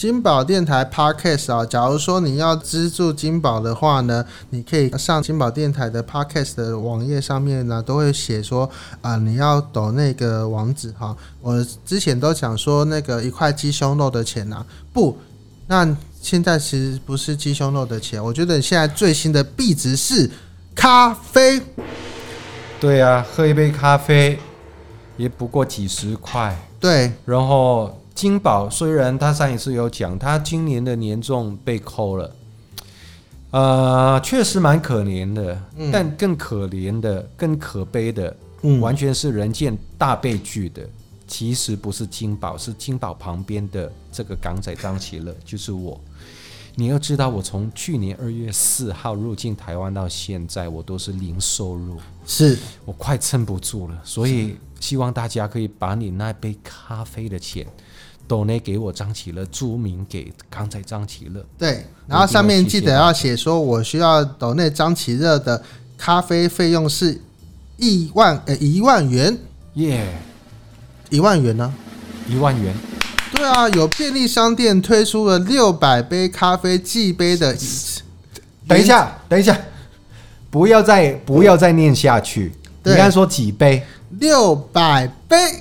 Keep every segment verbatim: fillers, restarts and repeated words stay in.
金宝电台 Podcast 啊，假如说你要资助金宝的话呢，你可以上金宝电台的 Podcast 的网页上面呢，都会写说啊、呃，你要抖那个网址哈。我之前都讲说那个一块鸡胸肉的钱啊，不，那现在其实不是鸡胸肉的钱，我觉得现在最新的币值是咖啡。 对啊，喝一杯咖啡也不过几十块。 对，然后。金宝虽然他上一次有讲，他今年的年终被扣了，呃，确实蛮可怜的，嗯、但更可怜的、更可悲的，嗯、完全是人间大悲剧的。其实不是金宝，是金宝旁边的这个港仔张启乐，就是我。你要知道，我从去年二月四号入境台湾到现在，我都是零收入， 是我快撑不住了。所以希望大家可以把你那杯咖啡的钱抖内给我张启乐，注明给刚才张启乐。 对，然后上面记得要写说，我需要抖内张启乐的咖啡费用是一万呃一万元， 耶、 yeah ，一万元呢、 啊？一万元。 对啊，有便利商店推出了六百杯咖啡寄杯的。 等一下，等一下，不要再不要再念下去。你刚才说几杯？ 六百杯。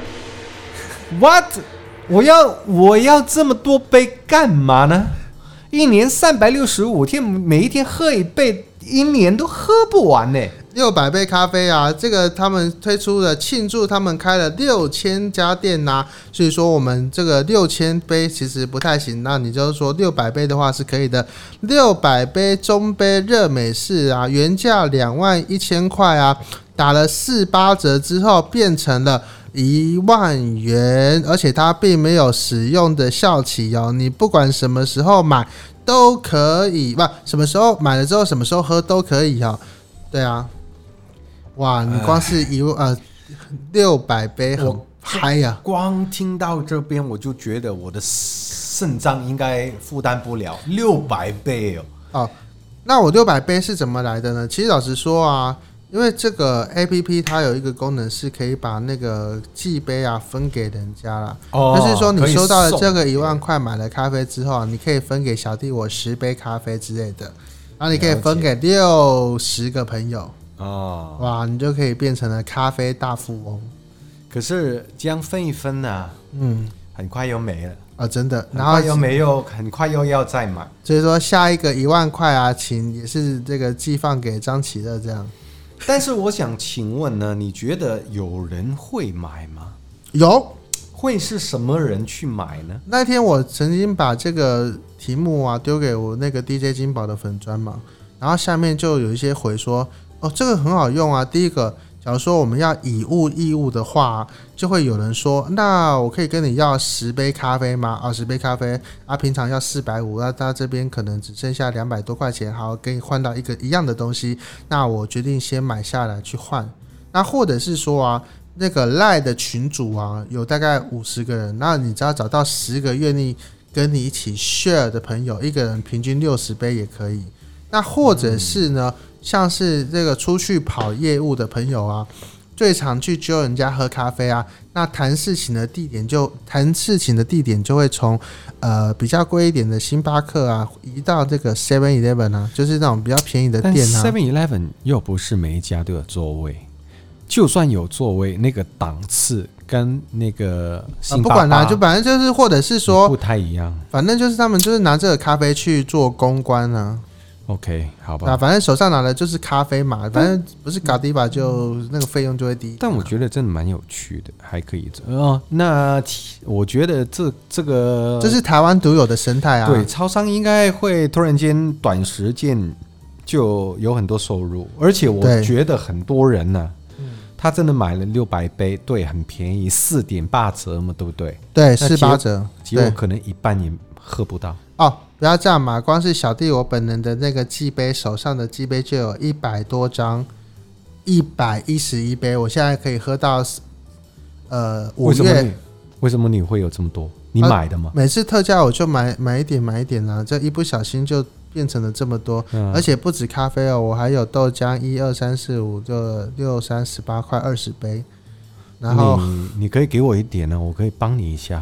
What？ 我要我要这么多杯干嘛呢？一年三百六十五天，每一天喝一杯，一年都喝不完呢。 六百杯咖啡啊，这个他们推出了庆祝，他们开了六千家店呐、啊，所以说我们这个六千杯其实不太行，那你就是说六百杯的话是可以的。六百杯中杯热美式啊，原价两万一千块啊，打了四八折之后变成了一万元，而且它并没有使用的效期哦，你不管什么时候买都可以，不，什么时候买了之后什么时候喝都可以哦。对啊。哇，你光是一呃六百杯很嗨呀、啊！ 光听到这边我就觉得我的肾脏应该负担不了六百杯哦。 哦，那我六百杯是怎么来的呢？其实老实说啊，因为这个 A P P 它有一个功能是可以把那个寄杯啊分给人家啦。哦，就是说你收到了这个一万块买了咖啡之后，你可以分给小弟我十杯咖啡之类的，然后你可以分给六十个朋友。哦，哇，你就可以变成了咖啡大富翁。 可是这样分一分啊，嗯，很快又没了啊，真的， 然后又没有，很快又要再买。 所以说下一个一万块啊，请也是这个寄放给张启乐这样。 但是我想请问呢，你觉得有人会买吗？ 有， 会是什么人去买呢？ 那天我曾经把这个题目啊丢给我那个 D J 金宝的粉专嘛，然后下面就有一些回说。哦，这个很好用啊！第一个，假如说我们要以物易物的话，就会有人说，那我可以跟你要十杯咖啡吗？啊、哦，十杯咖啡啊，平常要四百五，那他这边可能只剩下两百多块钱，好，给你换到一个一样的东西，那我决定先买下来去换。那或者是说啊，那个 LINE 的群组啊，有大概五十个人，那你只要找到十个愿意跟你一起 share 的朋友，一个人平均六十杯也可以。那或者是呢？嗯，像是这个出去跑业务的朋友啊，最常去揪人家喝咖啡啊，那谈事情的地点就谈事情的地点就会从呃比较贵一点的星巴克啊，移到这个 seven eleven 啊，就是那种比较便宜的店啊。 但 seven eleven 又不是每一家都有座位，就算有座位，那个档次跟那个星巴克、啊、 不管啦、啊，就反正就是或者是说不太一样， 反正就是他们就是拿这个咖啡去做公关啊。 OK， 好吧， 啊，反正手上拿的就是咖啡嘛，反正不是嘎迪吧，就那个费用就会低。 但我觉得真的蛮有趣的，还可以哦。那我觉得这这个这是台湾独有的生态啊。 对，超商应该会突然间短时间就有很多收入，而且我觉得很多人呢、啊，他真的买了六百杯，对，很便宜，四点八折嘛，对不对？ 对，四八折， 结果可能一半也喝不到。 哦，不要这样嘛！光是小弟我本人的那个寄杯，手上的寄杯就有一百多张，一百一十一杯，我现在可以喝到呃五月。为什么你为什么你会有这么多？你买的吗？ 呃、每次特价我就买买一点买一点啦、啊，这一不小心就变成了这么多，嗯、而且不止咖啡哦，我还有豆浆，一二三四五，就六三十八块二十杯。然后你你可以给我一点呢、啊，我可以帮你一下。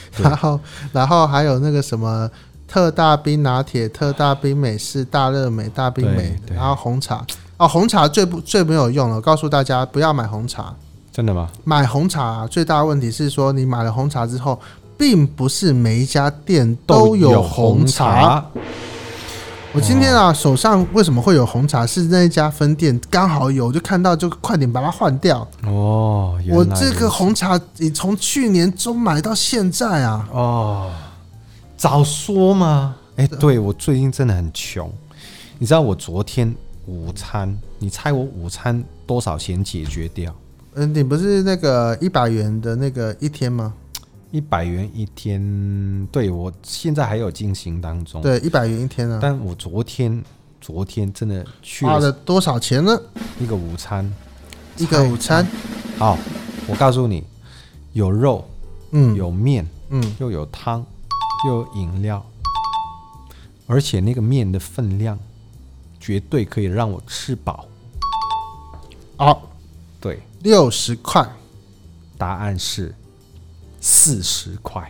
然后然后还有那个什么特大冰拿铁、特大冰美式、大热美、大冰美，然后红茶。哦，红茶最不最没有用了，我告诉大家不要买红茶。 真的吗？ 买红茶、啊、最大的问题是说，你买了红茶之后，并不是每一家店都有红茶。我今天啊，手上为什么会有红茶？是那一家分店刚好有，就看到就快点把它换掉。 哦， 我这个红茶你从去年中买到现在啊。 哦，早说嘛！哎、欸，对我最近真的很穷。你知道我昨天午餐，你猜我午餐多少钱解决掉？ 嗯，你不是那个一百元的那个一天吗？ 一百元一天，对我现在还有进行当中。 对，一百元一天啊！ 但我昨天昨天真的去花了多少钱呢？ 一个午餐， 一个午餐。 好，我告诉你，有肉， 嗯， 有面， 嗯， 又有汤，又有饮料，而且那个面的分量绝对可以让我吃饱。 好， 对， 六十块。 答案是四十块。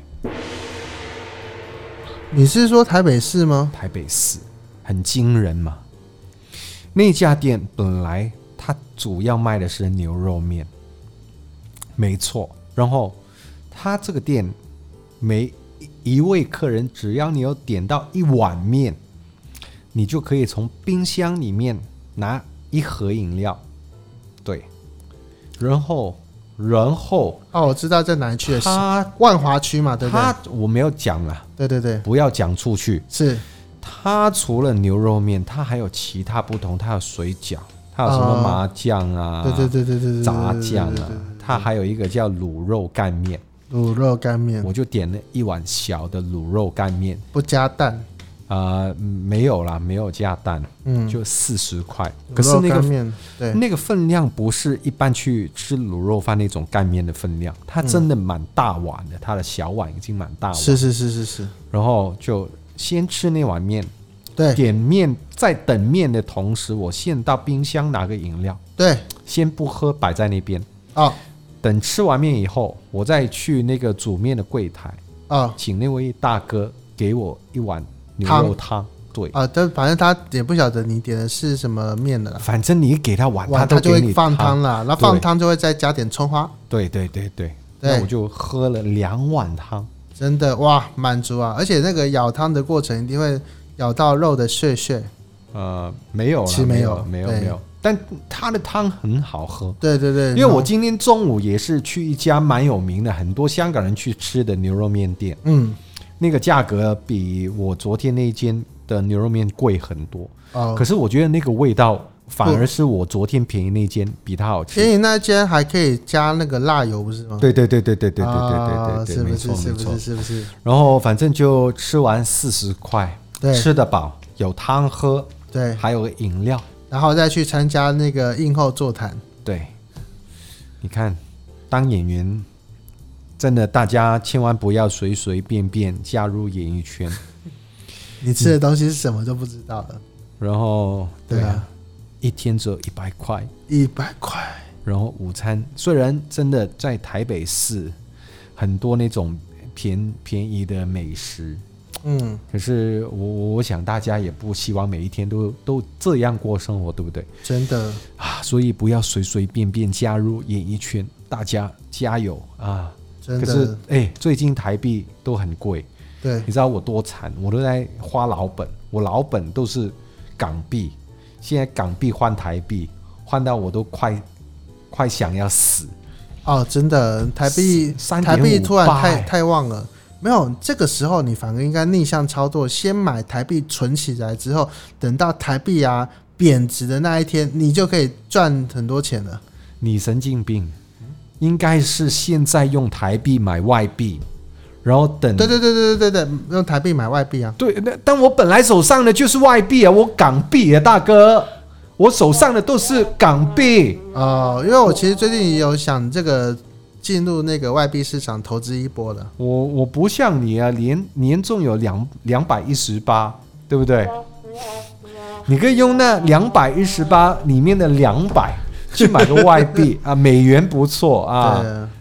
你是说台北市吗？ 台北市很惊人嘛。那家店本来它主要卖的是牛肉面，没错。然后它这个店每一位客人只要你有点到一碗面，你就可以从冰箱里面拿一盒饮料。对，然后然后哦，我知道在哪里区的，它万华区嘛，对不对？ 他我没有讲啊， 对对对， 不要讲出去。 是， 他除了牛肉面，他还有其他不同，他有水饺，他有什么麻酱啊， 对对对对对对， 炸酱啊，他还有一个叫卤肉干面， 卤肉干面， 我就点了一碗小的卤肉干面， 不加蛋。 啊、呃，没有啦，没有加蛋，嗯，就四十块。可是那个对那个分量不是一般去吃卤肉饭那种干面的分量，它真的蛮大碗的，它的小碗已经蛮大碗。 是是是是是。 然后就先吃那碗面， 对， 点面，在等面的同时，我先到冰箱拿个饮料， 对， 先不喝，摆在那边。 哦， 等吃完面以后，我再去那个煮面的柜台， 哦， 请那位大哥给我一碗牛肉汤，对啊，但反正他也不晓得你点的是什么面的啦。 反正你给他碗，他都就会放汤啦，然后放汤就会再加点葱花。 对对对对，那我就喝了两碗汤， 真的哇，满足啊！而且那个舀汤的过程一定会舀到肉的屑屑。 呃，没有啦， 其实没有， 没有，没有。但它的汤很好喝。 对对对， 因为我今天中午也是去一家蛮有名的，很多香港人去吃的牛肉面店。嗯。那个价格比我昨天那间的牛肉面贵很多，哦，可是我觉得那个味道反而是我昨天便宜那间比它好吃。 便宜那间还可以加那个辣油，不是吗？ 对对对对对对对对对对， 是不是？是不是？是不是？ 然后反正就吃完四十块，吃得饱，有汤喝， 对， 还有个饮料， 然后再去参加那个映后座谈。 对，你看，当演员。真的，大家千万不要随随便便加入演艺圈。 你吃的东西是什么都不知道了。 然后， 对啊， 一天只有一百块， 一百块。 然后午餐虽然真的在台北市很多那种便便宜的美食，嗯，可是我我想大家也不希望每一天都都这样过生活，对不对？ 真的啊，所以不要随随便便加入演艺圈，大家加油啊！可是，哎、欸，最近台币都很贵， 对， 你知道我多惨，我都在花老本，我老本都是港币，现在港币换台币，换到我都快快想要死。 哦，真的，台币台币突然太太旺了，没有，这个时候你反而应该逆向操作，先买台币存起来之后，等到台币啊贬值的那一天，你就可以赚很多钱了。 你神经病！应该是现在用台币买外币，然后等。 对对对对对对，用台币买外币啊。 对，但我本来手上的就是外币啊，我港币啊，大哥，我手上的都是港币。 哦，因为我其实最近也有想这个进入那个外币市场投资一波的。 我我不像你啊，年年终有两两百一十八，对不对？你可以用那两百一十八里面的两百。去买个外币啊，美元不错啊，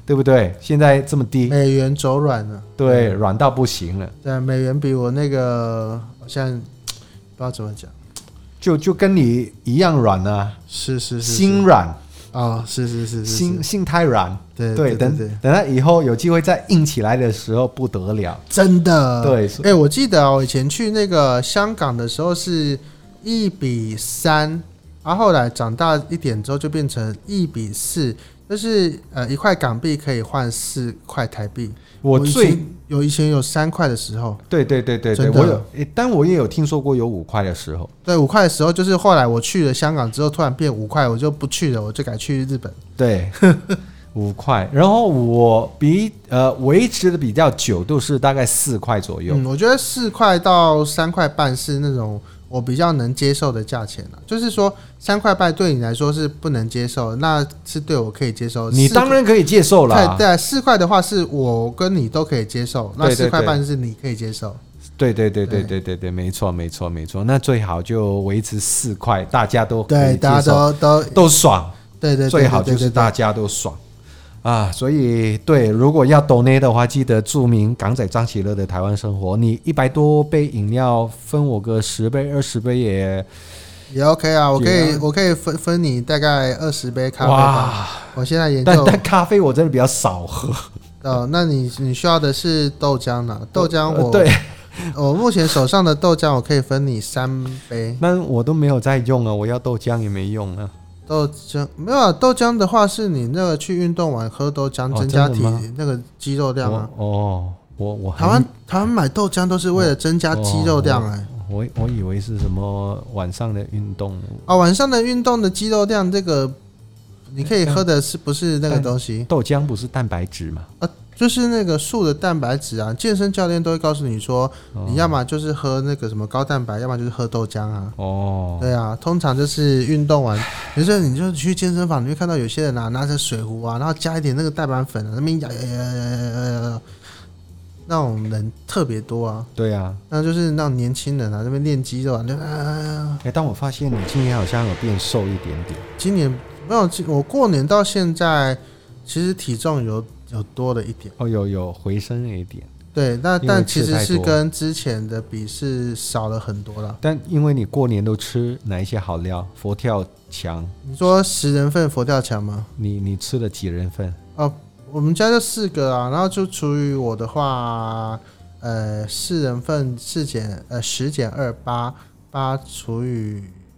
对不对？现在这么低， 美元走软了， 对，软到不行了。 对，美元比我那个好像不知道怎么讲， 就就跟你一样软啊， 是是是， 心软啊、哦，是是是是， 心心太软。 对对，等等它以后有机会再硬起来的时候不得了， 真的。 对， 哎、欸，我记得、啊、我以前去那个香港的时候是一比三，然后后来长大一点之后就变成一比四，就是呃一块港币可以换四块台币。 我最我有以前有三块的时候， 对对对对对，我有，欸，但我也有听说过有五块的时候。 对，五块的时候就是后来我去了香港之后，突然变五块，我就不去了，我就改去日本。 对。五块，然后我比呃维持的比较久，都是大概四块左右。 嗯，我觉得四块到三块半是那种我比较能接受的价钱了。就是说三块半对你来说是不能接受，那是对我可以接受。 你当然可以接受啦。 对对，四块的话是我跟你都可以接受，那四块半是你可以接受。 对对对对对对对，没错没错没错。那最好就维持四块，大家都可以接受， 对，大家都都都爽。 对对， 最好就是大家都爽。啊，所以对，如果要 donate 的话，记得注明港仔张启乐的台湾生活。你一百多杯饮料分我个十杯、二十杯也也 OK 啊，我可以我可以分分你大概二十杯咖啡吧。 哇， 我现在研究， 但但咖啡我真的比较少喝。 哦，那你你需要的是豆浆呢？豆浆我、呃、 对， 我目前手上的豆浆我可以分你三杯。 那我都没有在用啊，我要豆浆也没用啊。 豆浆没有、啊，豆浆的话是你那个去运动完喝豆浆增加体、哦、那个肌肉量啊。 哦，我我台湾台湾买豆浆都是为了增加肌肉量哎、欸。 我我以为是什么晚上的运动啊，晚上的运动的肌肉量这个你可以喝的是不是那个东西？ 豆浆不是蛋白质吗？ 啊，就是那个素的蛋白质啊。健身教练都会告诉你说，哦、你要么就是喝那个什么高蛋白，要么就是喝豆浆啊。哦，对啊，通常就是运动完，比如说你就去健身房，你会看到有些人啊拿着水壶啊，然后加一点那个蛋白粉啊，那边摇摇摇摇摇摇，那种人特别多啊。 对啊， 那就是那种年轻人啊，那边练肌肉啊，就啊。 哎，但我发现你今年好像有变瘦一点点。 今年没有，我过年到现在，其实体重有有多了一点。 哦，有有回升了一点。 对，那但其实是跟之前的比是少了很多了。 但因为你过年都吃哪一些好料？佛跳墙。 你说十人份佛跳墙吗？ 你你吃了几人份？ 哦，我们家就四个啊，然后就除以我的话，呃，四人份四减呃十减二八八除以。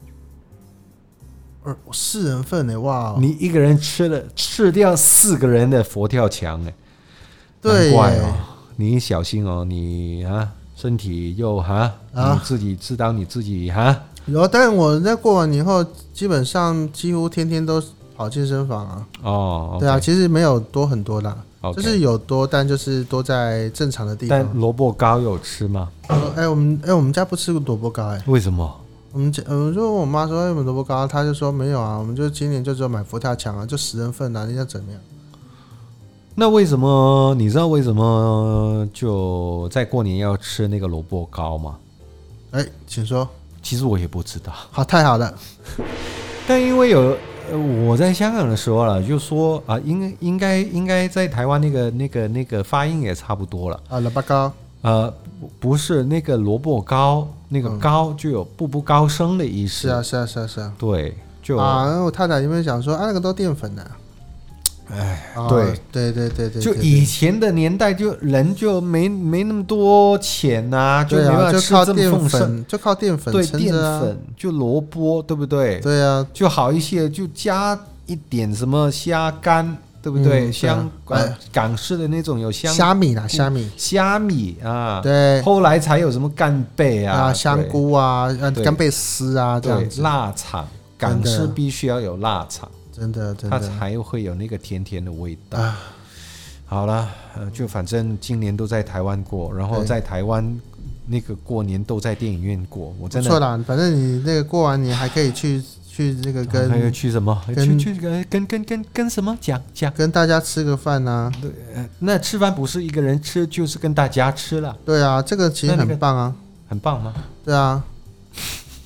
四人份呢？哇、哦！ 你一个人吃了吃掉四个人的佛跳墙哎， 对， 难怪哦，你小心哦，你啊身体又哈、啊，你自己知道你自己哈。 有，但我在过完年后，基本上几乎天天都跑健身房啊。 哦， okay、 对啊，其实没有多很多啦， okay、 就是有多，但就是多在正常的地方。 但萝卜糕有吃吗？ 哎、欸，我们哎、欸，我们家不吃萝卜糕哎、欸， 为什么？ 我们呃，就我妈说，哎、欸，我们萝卜糕，她就说没有啊，我们就今年就只有买佛跳墙啊，就十人份啊，你想怎么样？ 那为什么你知道为什么就在过年要吃那个萝卜糕吗？ 哎、欸，请说。 其实我也不知道。 好，太好了。 但因为有我在香港的时候了，就说啊，应该应该应该在台湾那个那个那个发音也差不多了啊，萝卜糕。 呃，不是那个萝卜糕，那个糕就有步步高升的意思。 是啊，是啊，是啊，是啊。 对，就啊，我太太因为想说啊，那个都淀粉的、啊。 哎， 哦、 对对对对对， 就以前的年代就人就没没那么多钱呐、啊，就没办法吃这么丰盛， 就靠淀粉， 对， 淀粉就萝卜，对不对？ 对啊， 就好一些，就加一点什么虾干，对不对？嗯、香港、啊、港式的那种有香虾米啦，虾米， 虾米啊， 对， 后来才有什么干贝啊， 啊香菇啊，干贝丝啊，这样子， 腊肠，港式必须要有腊肠。 真的，真的， 它才会有那个甜甜的味道。啊、好了，呃，就反正今年都在台湾过，然后在台湾那个过年都在电影院过。我真的不错啦，反正你那个过完年还可以去去那个跟、 啊、还有去什么？去去跟跟跟跟什么讲讲？ 跟大家吃个饭啊。 对，那吃饭不是一个人吃，就是跟大家吃了。 对啊，这个其实很棒啊， 很棒吗？ 对啊。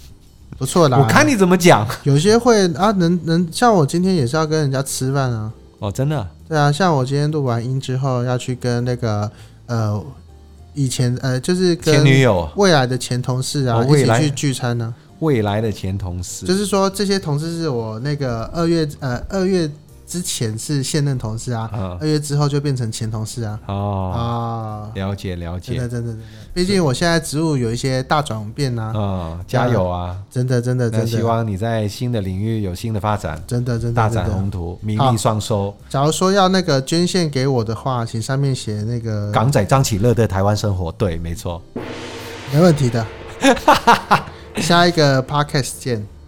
不错啦， 我看你怎么讲。 有些会啊，能能像我今天也是要跟人家吃饭啊。 哦，真的？ 对啊，像我今天录完音之后，要去跟那个呃以前呃就是跟前女友未来的前同事啊、 哦、未来一起去聚餐呢、 啊。未来的前同事， 就是说这些同事是我那个二月呃二月之前是现任同事啊，二、嗯、月之后就变成前同事啊。 哦啊， 了解了解， 真的真的真的，毕竟我现在职务有一些大转变啊。 嗯，加油啊！ 真的真的真的， 希望你在新的领域有新的发展， 真的真的大展宏图，名利双收。 假如说要那个捐献给我的话，请上面写那个港仔张启乐的台湾生活，对，没错， 没问题的。下一个 podcast 见。